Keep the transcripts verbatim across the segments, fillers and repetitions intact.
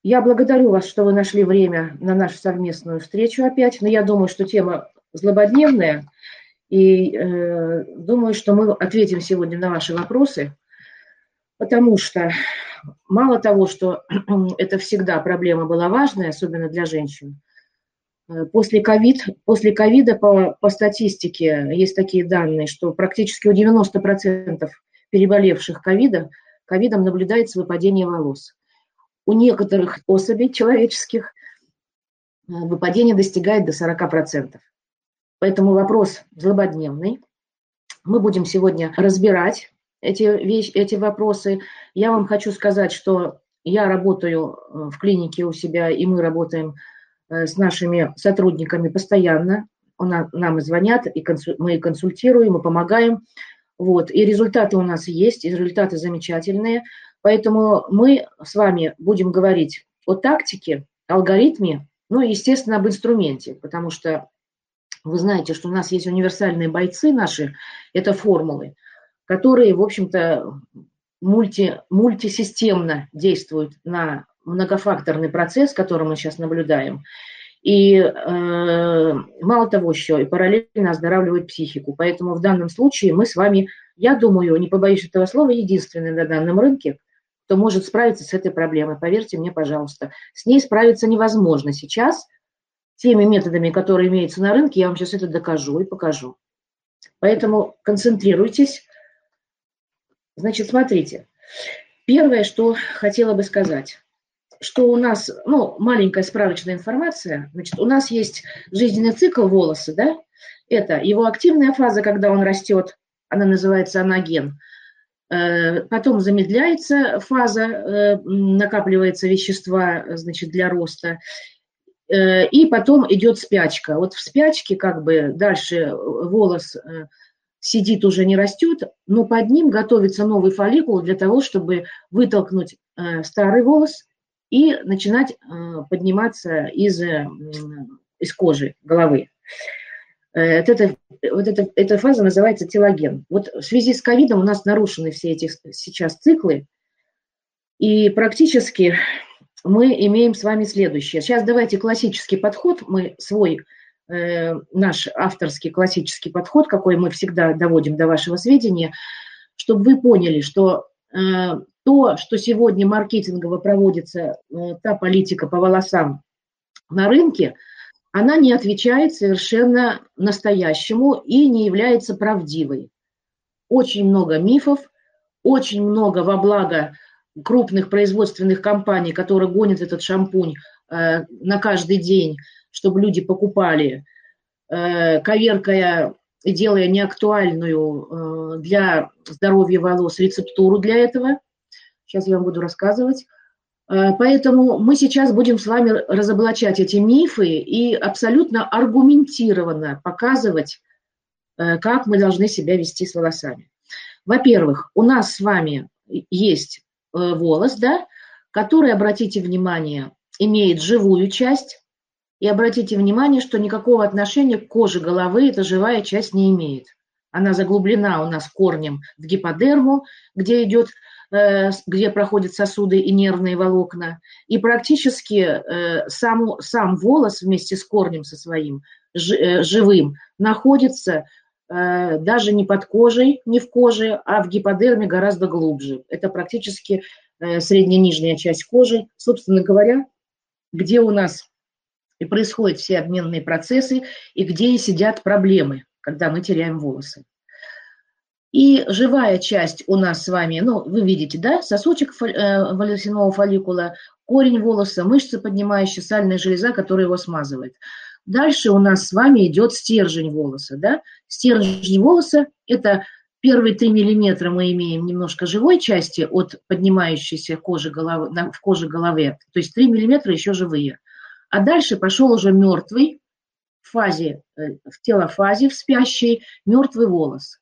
Я благодарю вас, что вы нашли время на нашу совместную встречу опять. Но я думаю, что тема злободневная. И э, думаю, что мы ответим сегодня на ваши вопросы. Потому что мало того, что это всегда проблема была важная, особенно для женщин, после ковид, после ковида по, по статистике есть такие данные, что практически у девяноста процентов переболевших ковида, ковидом наблюдается выпадение волос. У некоторых особей человеческих выпадение достигает до сорока процентов. Поэтому вопрос злободневный. Мы будем сегодня разбирать эти, вещи, эти вопросы. Я вам хочу сказать, что я работаю в клинике у себя, и мы работаем с нашими сотрудниками постоянно. Нам и звонят, и мы консультируем, и помогаем. Вот. И результаты у нас есть, и результаты замечательные. Поэтому мы с вами будем говорить о тактике, алгоритме, ну и, естественно, об инструменте, потому что вы знаете, что у нас есть универсальные бойцы наши, это формулы, которые, в общем-то, мульти, мультисистемно действуют на многофакторный процесс, который мы сейчас наблюдаем. И э, мало того еще, и параллельно оздоравливают психику. Поэтому в данном случае мы с вами, я думаю, не побоюсь этого слова, единственные на данном рынке, кто может справиться с этой проблемой. Поверьте мне, пожалуйста. С ней справиться невозможно сейчас. Теми методами, которые имеются на рынке, я вам сейчас это докажу и покажу. Поэтому концентрируйтесь. Значит, смотрите. Первое, что хотела бы сказать, что у нас, ну, маленькая справочная информация. Значит, у нас есть жизненный цикл волоса, да? Это его активная фаза, когда он растет, она называется анаген. Потом замедляется фаза, накапливается вещества, значит, для роста, и потом идет спячка. Вот в спячке как бы дальше волос сидит, уже не растет, но под ним готовится новый фолликул для того, чтобы вытолкнуть старый волос и начинать подниматься из, из кожи головы. Вот, это, вот это, эта фаза называется телоген. Вот в связи с ковидом у нас нарушены все эти сейчас циклы, и практически мы имеем с вами следующее. Сейчас давайте классический подход, мы свой, э, наш авторский классический подход, какой мы всегда доводим до вашего сведения, чтобы вы поняли, что э, то, что сегодня маркетингово проводится, э, та политика по волосам на рынке, она не отвечает совершенно настоящему и не является правдивой. Очень много мифов, очень много во благо крупных производственных компаний, которые гонят этот шампунь э, на каждый день, чтобы люди покупали, э, коверкая и делая неактуальную э, для здоровья волос рецептуру для этого. Сейчас я вам буду рассказывать. Поэтому мы сейчас будем с вами разоблачать эти мифы и абсолютно аргументированно показывать, как мы должны себя вести с волосами. Во-первых, у нас с вами есть волос, да, который, обратите внимание, имеет живую часть. И обратите внимание, что никакого отношения к коже головы эта живая часть не имеет. Она заглублена у нас корнем в гиподерму, где идет где проходят сосуды и нервные волокна, и практически э, сам, сам волос вместе с корнем со своим ж, э, живым находится э, даже не под кожей, не в коже, а в гиподерме гораздо глубже. Это практически э, средне-нижняя часть кожи, собственно говоря, где у нас и происходят все обменные процессы, и где и сидят проблемы, когда мы теряем волосы. И живая часть у нас с вами, ну, вы видите, да, сосочек волосяного фолликула, корень волоса, мышца поднимающая, сальная железа, которая его смазывает. Дальше у нас с вами идет стержень волоса, да. Стержень волоса – это первые три миллиметра мы имеем немножко живой части от поднимающейся кожи головы, в коже головы, то есть три миллиметра еще живые. А дальше пошел уже мертвый в фазе, в телофазе, в спящей, мертвый волос.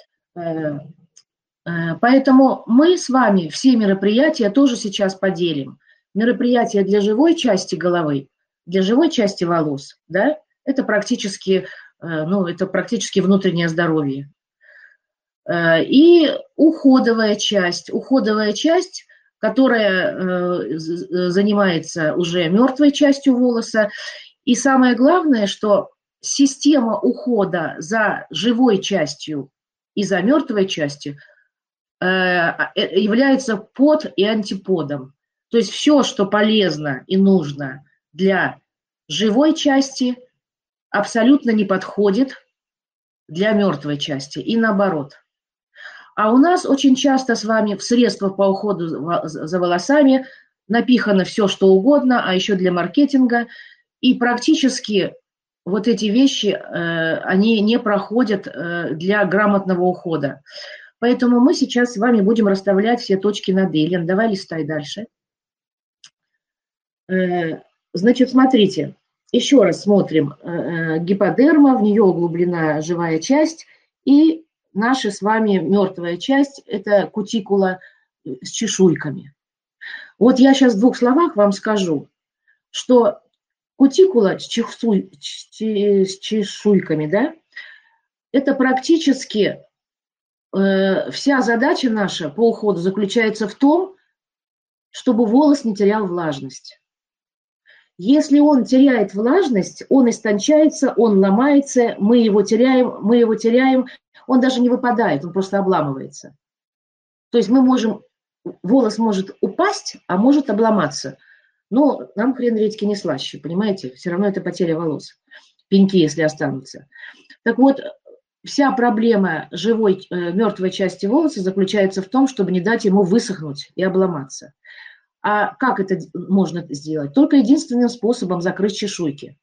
Поэтому мы с вами все мероприятия тоже сейчас поделим. Мероприятия для живой части головы, для живой части волос, да, это практически, ну, это практически внутреннее здоровье. И уходовая часть. Уходовая часть которая занимается уже мертвой частью волоса. И самое главное, что система ухода за живой частью и за мертвой частью является под и антиподом. То есть все, что полезно и нужно для живой части, абсолютно не подходит для мертвой части и наоборот. А у нас очень часто с вами в средствах по уходу за волосами напихано все, что угодно, а еще для маркетинга. И практически вот эти вещи, они не проходят для грамотного ухода. Поэтому мы сейчас с вами будем расставлять все точки над «и». Лен, давай листай дальше. Значит, смотрите, еще раз смотрим. Гиподерма, в нее углублена живая часть, и наша с вами мертвая часть – это кутикула с чешуйками. Вот я сейчас в двух словах вам скажу, что кутикула с, чешуй, с чешуйками, да, это практически э, вся задача наша по уходу заключается в том, чтобы волос не терял влажность. Если он теряет влажность, он истончается, он ломается, мы его теряем, мы его теряем, он даже не выпадает, он просто обламывается. То есть мы можем, волос может упасть, а может обломаться. Но нам хрен редьки не слаще, понимаете? Все равно это потеря волос. Пеньки, если останутся. Так вот, вся проблема живой, э, мертвой части волоса заключается в том, чтобы не дать ему высохнуть и обломаться. А как это можно сделать? Только единственным способом закрыть чешуйки.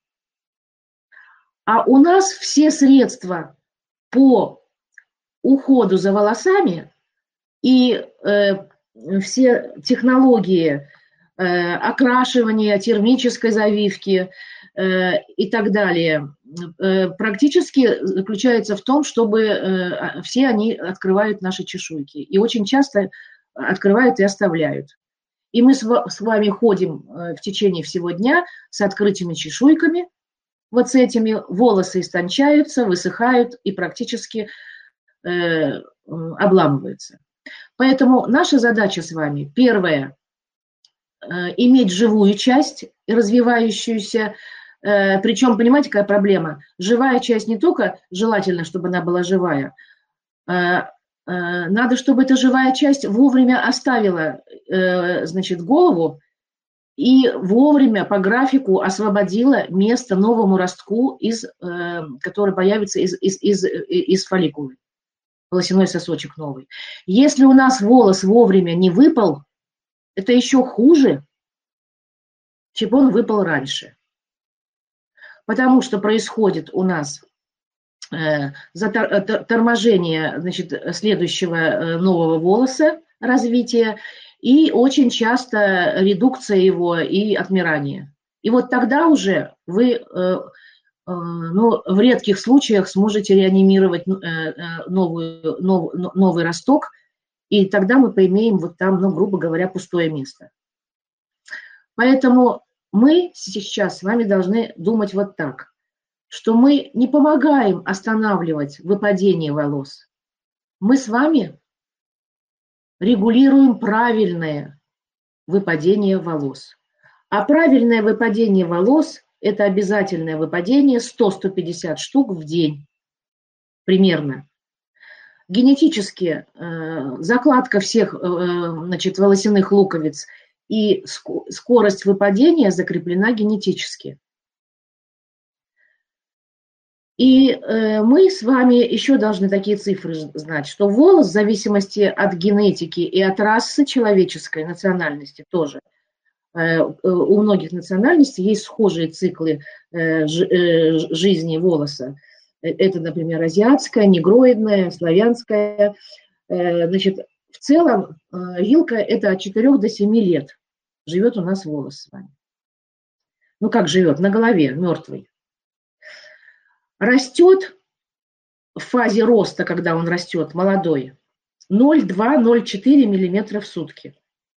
А у нас все средства по уходу за волосами и э, все технологии э, окрашивания, термической завивки э, и так далее э, практически заключаются в том, чтобы э, все они открывают наши чешуйки. И очень часто открывают и оставляют. И мы с вами ходим в течение всего дня с открытыми чешуйками. Вот с этими волосы истончаются, высыхают и практически э, обламываются. Поэтому наша задача с вами, первое, э, иметь живую часть, развивающуюся. Э, причем, понимаете, какая проблема? Живая часть не только желательно, чтобы она была живая, э, надо, чтобы эта живая часть вовремя оставила, значит, голову и вовремя по графику освободила место новому ростку, из, который появится из, из, из, из фолликулы, волосяной сосочек новый. Если у нас волос вовремя не выпал, это еще хуже, чем он выпал раньше. Потому что происходит у нас торможение, значит, следующего нового волоса, развития, и очень часто редукция его и отмирание. И вот тогда уже вы, ну, в редких случаях сможете реанимировать новую, нов, новый росток, и тогда мы поимеем вот там, ну, грубо говоря, пустое место. Поэтому мы сейчас с вами должны думать вот так, что мы не помогаем останавливать выпадение волос. Мы с вами регулируем правильное выпадение волос. А правильное выпадение волос – это обязательное выпадение сто — сто пятьдесят штук в день примерно. Генетически э, закладка всех э, значит, волосяных луковиц и ск- скорость выпадения закреплена генетически. И э, мы с вами еще должны такие цифры знать, что волос в зависимости от генетики и от расы человеческой национальности тоже, э, у многих национальностей есть схожие циклы э, ж, э, жизни волоса. Это, например, азиатская, негроидная, славянская. Э, значит, в целом э, вилка – это от четырёх до семи лет живет у нас волос с вами. Ну как живет? На голове, мертвый. Растет в фазе роста, когда он растет, молодой, ноль целых два — ноль целых четыре миллиметра в сутки.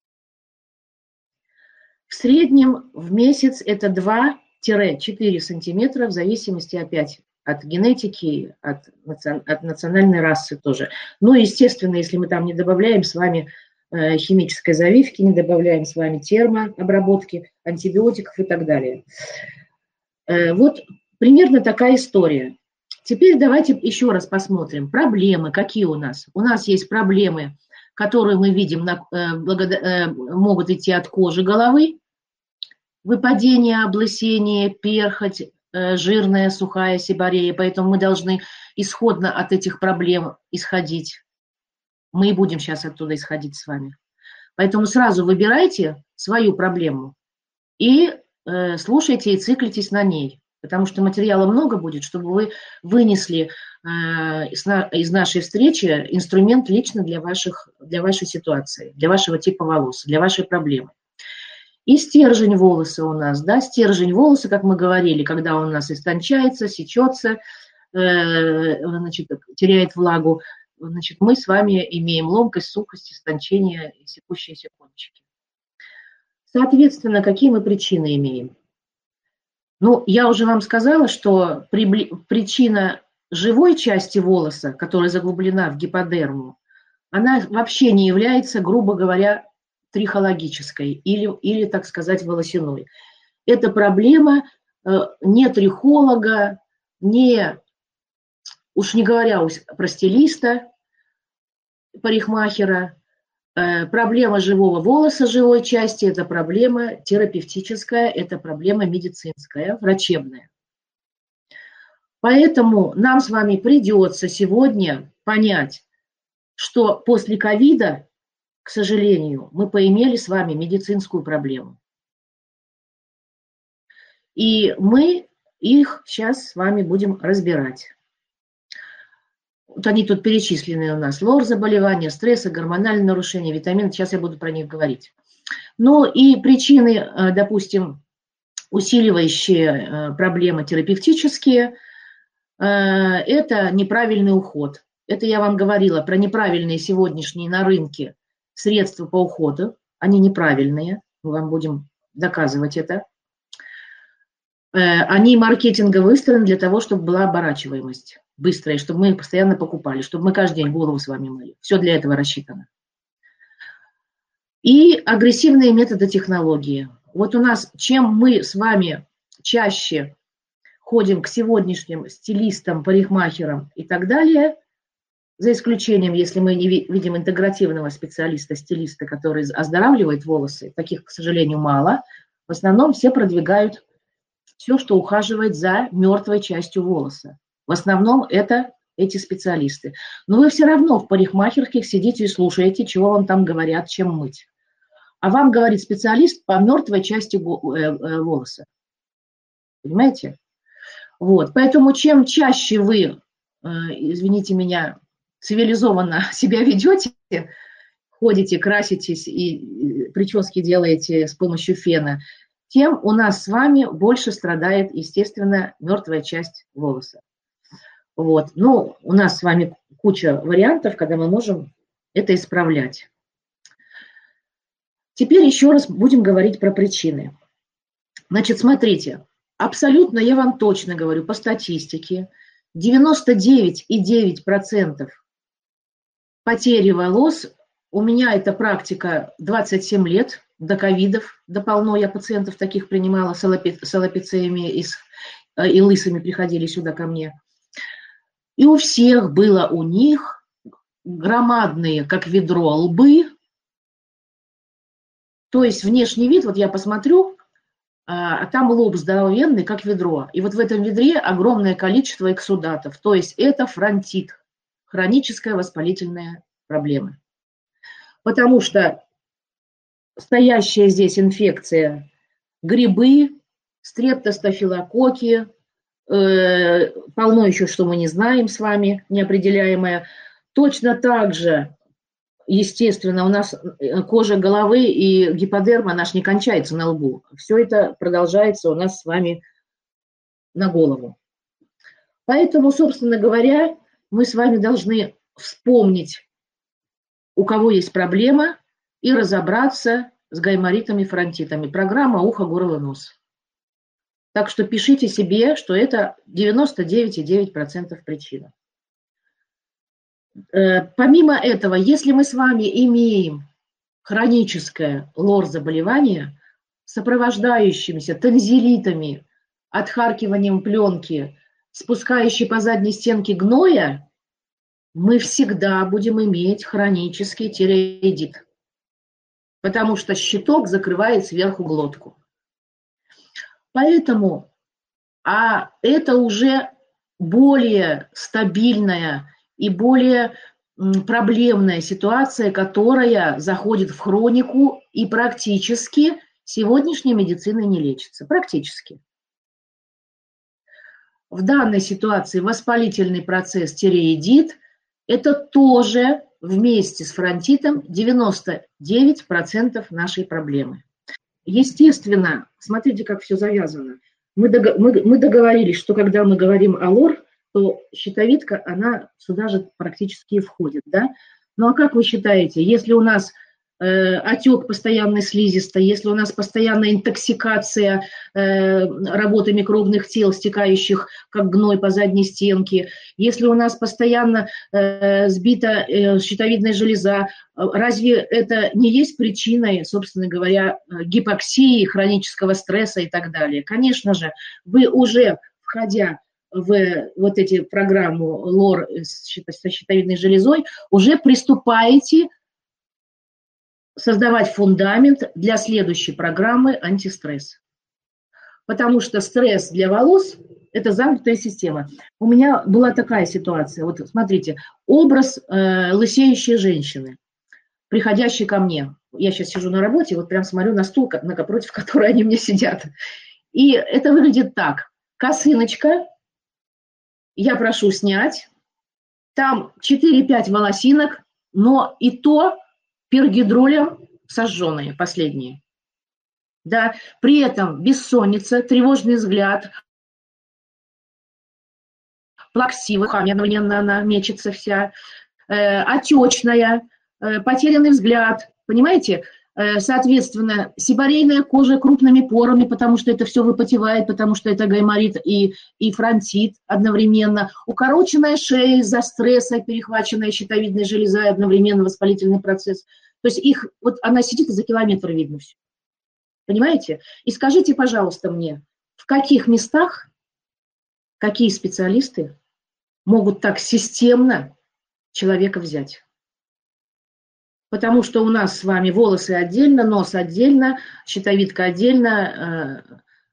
В среднем в месяц это два — четыре сантиметра, в зависимости опять от генетики, от, от национальной расы тоже. Ну, естественно, если мы там не добавляем с вами химической завивки, не добавляем с вами термообработки, антибиотиков и так далее. Вот примерно такая история. Теперь давайте еще раз посмотрим. Проблемы какие у нас? У нас есть проблемы, которые мы видим, на, э, благо, э, могут идти от кожи головы. Выпадение, облысение, перхоть, э, жирная, сухая сиборея. Поэтому мы должны исходно от этих проблем исходить. Мы и будем сейчас оттуда исходить с вами. Поэтому сразу выбирайте свою проблему и э, слушайте и циклитесь на ней. Потому что материала много будет, чтобы вы вынесли э, из, на, из нашей встречи инструмент лично для, ваших, для вашей ситуации, для вашего типа волос, для вашей проблемы. И стержень волоса у нас, да, стержень волоса, как мы говорили, когда он у нас истончается, сечется, э, значит, теряет влагу, значит, мы с вами имеем ломкость, сухость, истончение и секущиеся кончики. Соответственно, какие мы причины имеем? Ну, я уже вам сказала, что причина живой части волоса, которая заглублена в гиподерму, она вообще не является, грубо говоря, трихологической или, или, так сказать, волосяной. Это проблема э, не трихолога, не, уж не говоря про стилиста, парикмахера. Э, проблема живого волоса, живой части – это проблема терапевтическая, это проблема медицинская, врачебная. Поэтому нам с вами придется сегодня понять, что после ковида, к сожалению, мы поимели с вами медицинскую проблему. И мы их сейчас с вами будем разбирать. Вот они тут перечислены у нас. лор-заболевания, стрессы, гормональные нарушения, витамины. Сейчас я буду про них говорить. Ну и причины, допустим, усиливающие проблемы терапевтические, это неправильный уход. Это я вам говорила про неправильные сегодняшние на рынке средства по уходу. Они неправильные. Мы вам будем доказывать это. Они маркетингово выстроены для того, чтобы была оборачиваемость быстрая, чтобы мы постоянно покупали, чтобы мы каждый день голову с вами мыли. Все для этого рассчитано. И агрессивные методы технологии. Вот у нас, чем мы с вами чаще ходим к сегодняшним стилистам, парикмахерам и так далее, за исключением, если мы не видим интегративного специалиста, стилиста, который оздоравливает волосы, таких, к сожалению, мало, в основном все продвигают все, что ухаживает за мертвой частью волоса. В основном это эти специалисты. Но вы все равно в парикмахерских сидите и слушаете, чего вам там говорят, чем мыть. А вам говорит специалист по мертвой части волоса. Понимаете? Вот. Поэтому чем чаще вы, извините меня, цивилизованно себя ведете, ходите, краситесь и прически делаете с помощью фена, тем у нас с вами больше страдает, естественно, мертвая часть волоса. Вот. Ну, у нас с вами куча вариантов, когда мы можем это исправлять. Теперь еще раз будем говорить про причины. Значит, смотрите, абсолютно, я вам точно говорю, по статистике, девяносто девять и девять десятых процента потери волос, у меня эта практика двадцать семь лет, до ковидов, до полно я пациентов таких принимала с аллопециями и, с, и лысыми приходили сюда ко мне. И у всех было у них громадные, как ведро, лбы. То есть внешний вид, вот я посмотрю, а там лоб здоровенный, как ведро. И вот в этом ведре огромное количество эксудатов. То есть это фронтит, хроническая воспалительная проблема. Потому что стоящая здесь инфекция, грибы, стрептостафилококки, э, полно еще, что мы не знаем с вами, неопределяемое. Точно так же, естественно, у нас кожа головы и гиподерма наш не кончается на лбу. Все это продолжается у нас с вами на голову. Поэтому, собственно говоря, мы с вами должны вспомнить, у кого есть проблема, и разобраться с гайморитами, фронтитами. Программа «Ухо, горло, нос». Так что пишите себе, что это девяносто девять и девять десятых процента причина. Помимо этого, если мы с вами имеем хроническое лор-заболевание, сопровождающимся танзелитами, отхаркиванием пленки, спускающей по задней стенке гноя, мы всегда будем иметь хронический тиреоидит, потому что щиток закрывает сверху глотку. Поэтому, а это уже более стабильная и более проблемная ситуация, которая заходит в хронику и практически сегодняшней медициной не лечится. Практически. В данной ситуации воспалительный процесс тиреоидит – это тоже вместе с фронтитом девяносто девять процентов нашей проблемы. Естественно, смотрите, как все завязано. Мы, дог- мы, мы договорились, что когда мы говорим о лор, то щитовидка, она сюда же практически и входит, да? Ну а как вы считаете, если у нас э, отек постоянной слизистой, если у нас постоянная интоксикация э, работы микробных тел, стекающих как гной по задней стенке, если у нас постоянно э, сбита э, щитовидная железа, разве это не есть причиной, собственно говоря, гипоксии, хронического стресса и так далее? Конечно же, вы уже, входя в вот эти программу лор со щитовидной железой, уже приступаете создавать фундамент для следующей программы антистресс. Потому что стресс для волос – это замкнутая система. У меня была такая ситуация. Вот смотрите, образ э, лысеющей женщины, приходящей ко мне. Я сейчас сижу на работе, вот прям смотрю на стул, напротив которой они мне сидят. И это выглядит так. Косыночка, я прошу снять, там четыре-пять волосинок, но и то пергидролем сожженные, последние. Да, при этом бессонница, тревожный взгляд, плаксивая, одновременно она мечется вся, э, отечная, э, потерянный взгляд, понимаете? Э, соответственно, сибарейная кожа крупными порами, потому что это все выпотевает, потому что это гайморит и, и фронтит одновременно, укороченная шея из-за стресса, перехваченная щитовидной железой, одновременно воспалительный процесс. То есть их, вот она сидит, и за километр видно все. Понимаете? И скажите, пожалуйста, мне, в каких местах, какие специалисты могут так системно человека взять? Потому что у нас с вами волосы отдельно, нос отдельно, щитовидка отдельно,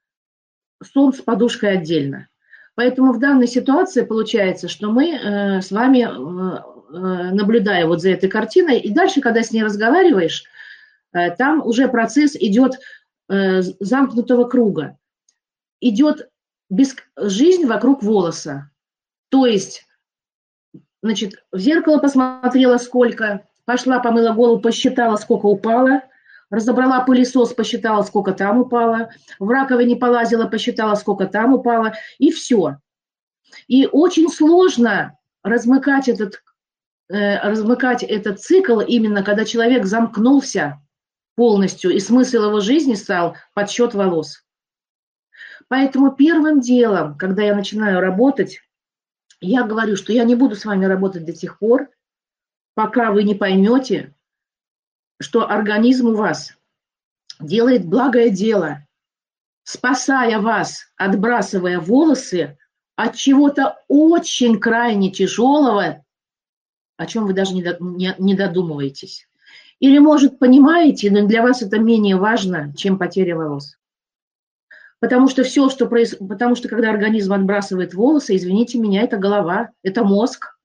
сон с подушкой отдельно. Поэтому в данной ситуации получается, что мы с вами, наблюдая вот за этой картиной, и дальше, когда с ней разговариваешь, там уже процесс идет замкнутого круга. Идет без... жизнь вокруг волоса. То есть, значит, в зеркало посмотрела сколько, пошла, помыла голову, посчитала, сколько упало, разобрала пылесос, посчитала, сколько там упало, в раковине полазила, посчитала, сколько там упало, и все. И очень сложно размыкать этот, э, размыкать этот цикл именно, когда человек замкнулся полностью, и смысл его жизни стал подсчет волос. Поэтому первым делом, когда я начинаю работать, я говорю, что я не буду с вами работать до тех пор, пока вы не поймете, что организм у вас делает благое дело, спасая вас, отбрасывая волосы от чего-то очень крайне тяжелого, о чем вы даже не додумываетесь. Или, может, понимаете, но для вас это менее важно, чем потеря волос. Потому что все, что происходит, потому что когда организм отбрасывает волосы, извините меня, это голова, это мозг.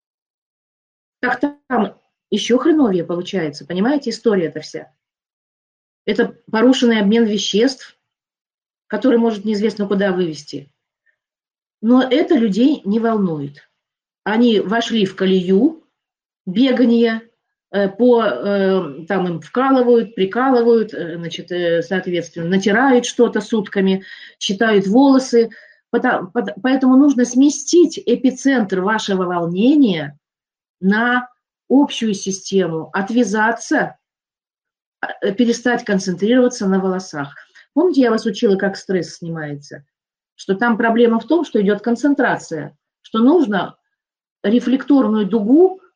Так там еще хреновее получается, понимаете, история-то вся. Это порушенный обмен веществ, который может неизвестно куда вывести. Но это людей не волнует. Они вошли в колею бегания, по, там им вкалывают, прикалывают, значит, соответственно, натирают что-то сутками, считают волосы. Поэтому нужно сместить эпицентр вашего волнения на общую систему, отвязаться, перестать концентрироваться на волосах. Помните, я вас учила, как стресс снимается? Что там проблема в том, что идет концентрация, что нужно рефлекторную дугу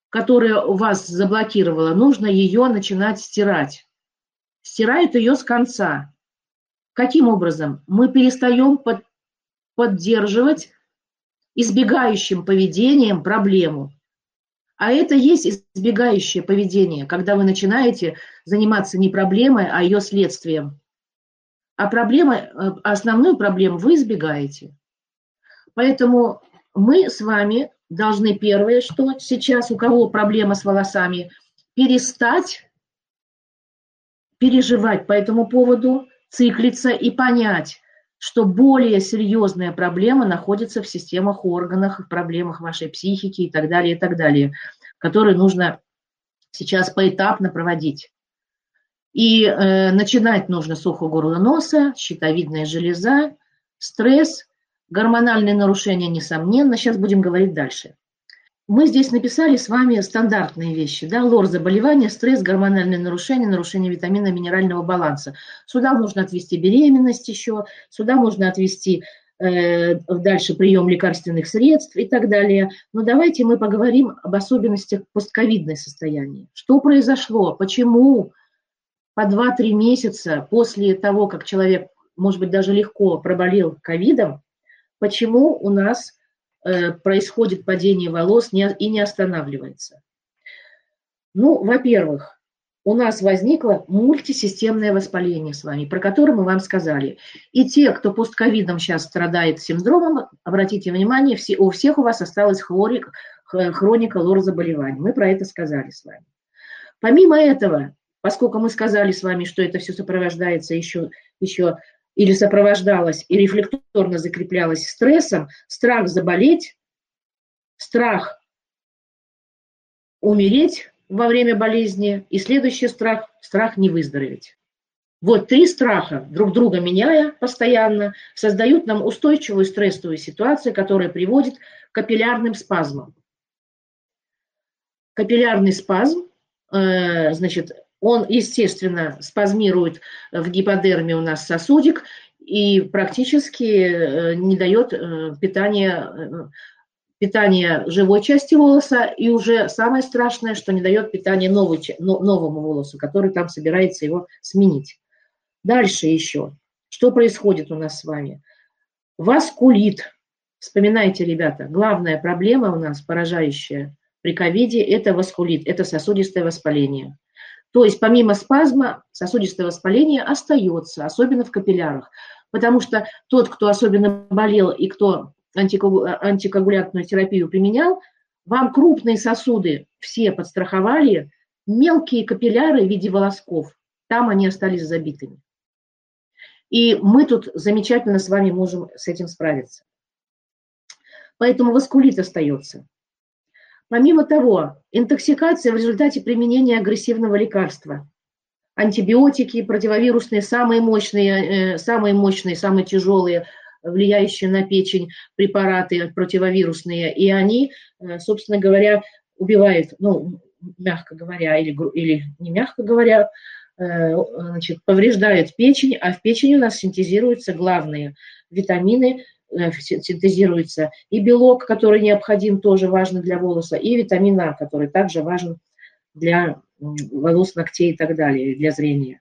которая у вас заблокировала, нужно ее начинать стирать. Стирают ее с конца. Каким образом? Мы перестаем под, поддерживать избегающим поведением проблему. А это есть избегающее поведение, когда вы начинаете заниматься не проблемой, а ее следствием. А проблема, основную проблему вы избегаете. Поэтому мы с вами должны первое, что сейчас у кого проблема с волосами, перестать переживать по этому поводу, циклиться и понять, что более серьезная проблема находится в системах органах, в проблемах вашей психики и так далее, и так далее, которые нужно сейчас поэтапно проводить. И э, начинать нужно с уха, горла, носа, щитовидная железа, стресс, гормональные нарушения, несомненно. Сейчас будем говорить дальше. Мы здесь написали с вами стандартные вещи, да, лор заболевания, стресс, гормональные нарушения, нарушение витаминно-минерального баланса. Сюда можно отвести беременность еще, сюда можно отвести э, дальше прием лекарственных средств и так далее. Но давайте мы поговорим об особенностях постковидной состояния. Что произошло, почему по два-три месяца после того, как человек, может быть, даже легко проболел ковидом, почему у нас происходит падение волос и не останавливается. Ну, во-первых, у нас возникло мультисистемное воспаление с вами, про которое мы вам сказали. И те, кто постковидом сейчас страдает синдромом, обратите внимание, все, у всех у вас осталась хлорик, хроника лор-заболеваний. Мы про это сказали с вами. Помимо этого, поскольку мы сказали с вами, что это все сопровождается еще, еще или сопровождалось и рефлекторно закреплялось стрессом, страх заболеть, страх умереть во время болезни и следующий страх – страх не выздороветь. Вот три страха, друг друга меняя постоянно, создают нам устойчивую стрессовую ситуацию, которая приводит к капиллярным спазмам. Капиллярный спазм, э, значит, он, естественно, спазмирует в гиподерме у нас сосудик и практически не дает питания, питания живой части волоса. И уже самое страшное, что не дает питания новой, новому волосу, который там собирается его сменить. Дальше еще. Что происходит у нас с вами? Васкулит. Вспоминайте, ребята, главная проблема у нас, поражающая при ковиде, это васкулит, это сосудистое воспаление. То есть помимо спазма сосудистое воспаление остается, особенно в капиллярах. Потому что тот, кто особенно болел и кто антикоагулянтную терапию применял, вам крупные сосуды все подстраховали, мелкие капилляры в виде волосков, там они остались забитыми. И мы тут замечательно с вами можем с этим справиться. Поэтому васкулит остается. Помимо того, интоксикация в результате применения агрессивного лекарства. Антибиотики, противовирусные, самые мощные, самые мощные, самые тяжелые, влияющие на печень препараты противовирусные. И они, собственно говоря, убивают, ну, мягко говоря, или, или не мягко говоря, значит, повреждают печень, а в печени у нас синтезируются главные витамины, синтезируется и белок, который необходим, тоже важно для волоса, и витамин А, который также важен для волос, ногтей и так далее, для зрения.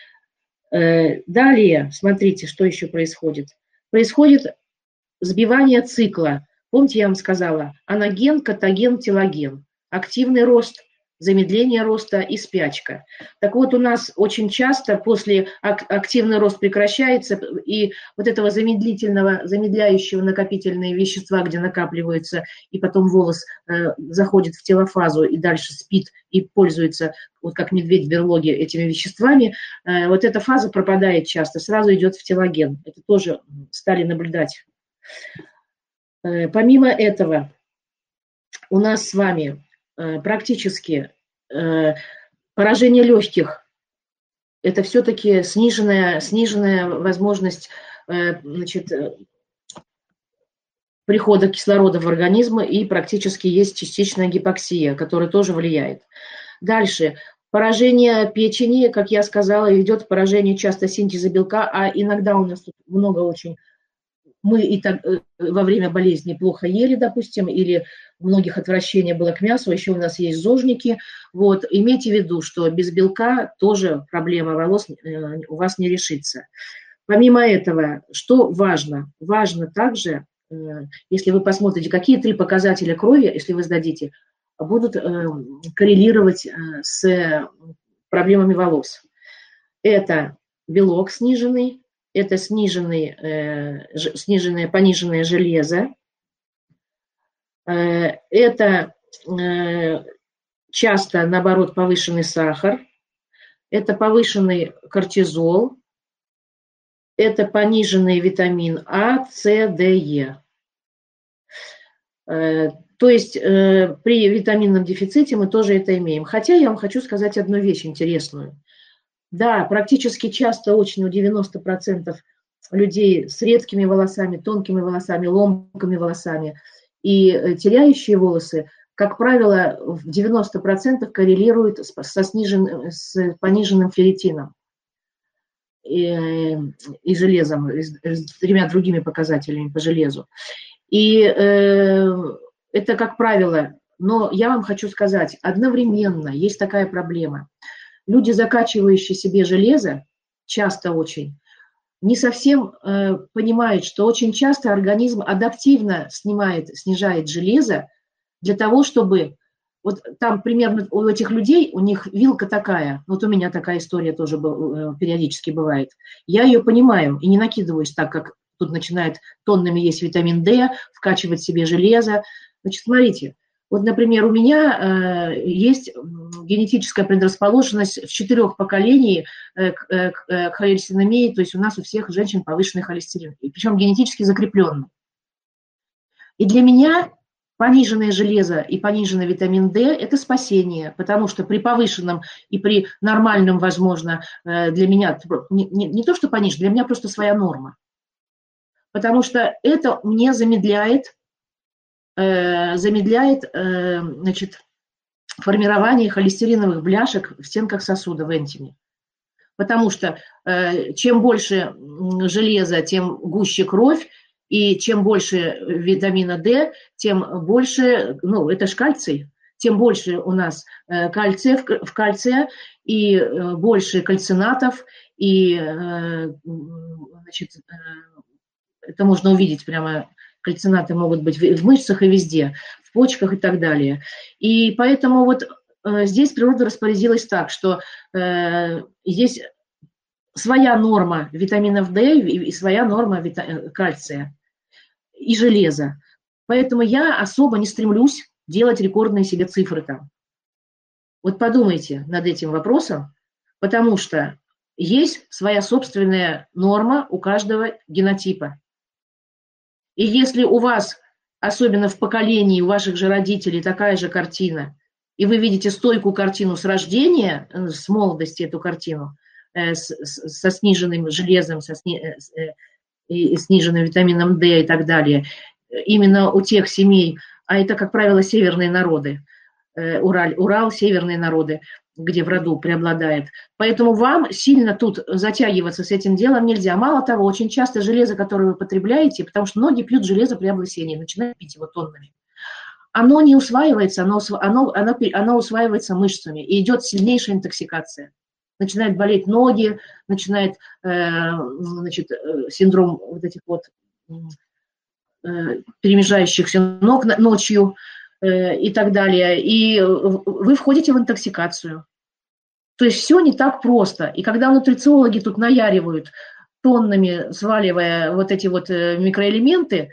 Далее, смотрите, что еще происходит. Происходит сбивание цикла. Помните, я вам сказала, анаген, катаген, телоген. Активный рост, замедление роста и спячка. Так вот, у нас очень часто после активный рост прекращается, и вот этого замедлительного, замедляющего накопительные вещества, где накапливаются, и потом волос э, заходит в телофазу и дальше спит и пользуется, вот как медведь в берлоге, этими веществами, э, вот эта фаза пропадает часто, сразу идет в телоген. Это тоже стали наблюдать. Э, помимо этого, у нас с вами практически э, поражение легких – это все-таки сниженная, сниженная возможность э, значит, прихода кислорода в организм, и практически есть частичная гипоксия, которая тоже влияет. Дальше. Поражение печени, как я сказала, идет поражение часто синтеза белка, а иногда у нас тут много очень мы и так, во время болезни плохо ели, допустим, или у многих отвращение было к мясу, еще у нас есть зожники. Вот, имейте в виду, что без белка тоже проблема волос у вас не решится. Помимо этого, что важно? Важно также, если вы посмотрите, какие три показателя крови, если вы сдадите, будут коррелировать с проблемами волос. Это белок сниженный, это сниженный, сниженное, пониженное железо, это часто, наоборот, повышенный сахар, это повышенный кортизол, это пониженный витамин А, С, Д, Е. То есть при витаминном дефиците мы тоже это имеем. Хотя я вам хочу сказать одну вещь интересную. Да, практически часто очень у девяноста процентов людей с редкими волосами, тонкими волосами, ломкими волосами и теряющие волосы, как правило, в девяноста процентах коррелируют со снижен, с пониженным ферритином и, и железом, и с тремя другими показателями по железу. И э, это как правило, но я вам хочу сказать, одновременно есть такая проблема. Люди, закачивающие себе железо, часто очень, не совсем э, понимают, что очень часто организм адаптивно снимает, снижает железо для того, чтобы... Вот там примерно у этих людей, у них вилка такая, вот у меня такая история тоже периодически бывает. Я ее понимаю и не накидываюсь так, как тут начинает тоннами есть витамин D, вкачивать себе железо. Значит, смотрите, вот, например, у меня э, есть генетическая предрасположенность в четырех поколениях э, к, э, к холестеринемии, то есть у нас у всех женщин повышенный холестерин, причем генетически закрепленный. И для меня... Пониженное железо и пониженный витамин D – это спасение, потому что при повышенном и при нормальном, возможно, для меня, не, не, не то что пониженное, для меня просто своя норма. Потому что это мне замедляет, э, замедляет э, значит, формирование холестериновых бляшек в стенках сосуда, в энтиме. Потому что э, чем больше железа, тем гуще кровь, и чем больше витамина D, тем больше, ну, это ж кальций, тем больше у нас кальция в кальция, и больше кальцинатов, и, значит, это можно увидеть прямо, кальцинаты могут быть в мышцах и везде, в почках и так далее. И поэтому вот здесь природа распорядилась так, что есть своя норма витаминов D и своя норма кальция и железа. Поэтому я особо не стремлюсь делать рекордные себе цифры там. Вот подумайте над этим вопросом, потому что есть своя собственная норма у каждого генотипа. И если у вас, особенно в поколении у ваших же родителей, такая же картина, и вы видите стойкую картину с рождения, с молодости эту картину, со сниженным железом, со сни... и сниженным витамином D и так далее, именно у тех семей, а это, как правило, северные народы, Урал, Урал, северные народы, где в роду преобладает. Поэтому вам сильно тут затягиваться с этим делом нельзя. Мало того, очень часто железо, которое вы потребляете, потому что многие пьют железо при облысении, начинают пить его тоннами, оно не усваивается, оно, оно, оно, оно усваивается мышцами, и идет сильнейшая интоксикация. Начинают болеть ноги, начинает э, значит, синдром вот этих вот э, перемежающихся ног ночью э, и так далее. И вы входите в интоксикацию. То есть все не так просто. И когда нутрициологи тут наяривают, тоннами сваливая вот эти вот микроэлементы,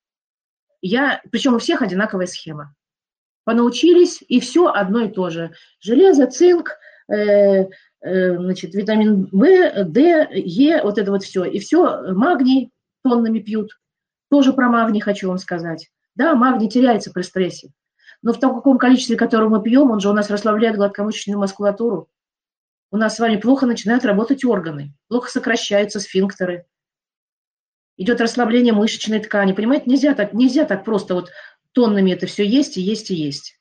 я, причем у всех одинаковая схема. Понаучились, и все одно и то же. Железо, цинк, э, значит, витамин В, D, Е, вот это вот все. И все, магний тоннами пьют. Тоже про магний хочу вам сказать. Да, магний теряется при стрессе. Но в таком количестве, которое мы пьем, он же у нас расслабляет гладкомышечную мускулатуру. У нас с вами плохо начинают работать органы, плохо сокращаются сфинктеры. Идет расслабление мышечной ткани. Понимаете, нельзя так, нельзя так просто вот тоннами это все есть и есть и есть.